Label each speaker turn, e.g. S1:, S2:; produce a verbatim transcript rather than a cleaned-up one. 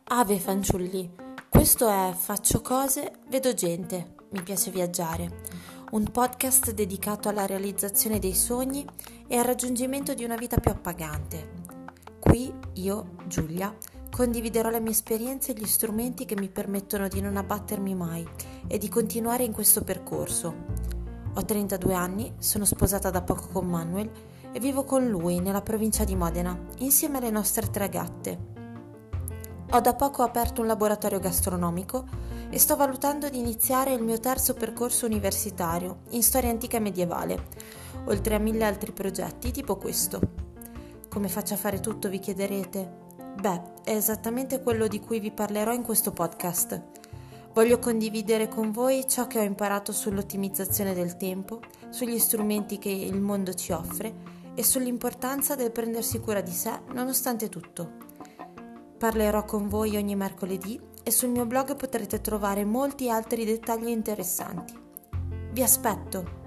S1: Ave fanciulli, questo è Faccio cose, vedo gente, mi piace viaggiare, un podcast dedicato alla realizzazione dei sogni e al raggiungimento di una vita più appagante. Qui io, Giulia, condividerò le mie esperienze e gli strumenti che mi permettono di non abbattermi mai e di continuare in questo percorso. Ho trentadue anni, sono sposata da poco con Manuel e vivo con lui nella provincia di Modena, insieme alle nostre tre gatte. Ho da poco aperto un laboratorio gastronomico e sto valutando di iniziare il mio terzo percorso universitario in storia antica e medievale, oltre a mille altri progetti tipo questo. Come faccio a fare tutto, vi chiederete? Beh, è esattamente quello di cui vi parlerò in questo podcast. Voglio condividere con voi ciò che ho imparato sull'ottimizzazione del tempo, sugli strumenti che il mondo ci offre e sull'importanza del prendersi cura di sé nonostante tutto. Parlerò con voi ogni mercoledì e sul mio blog potrete trovare molti altri dettagli interessanti. Vi aspetto!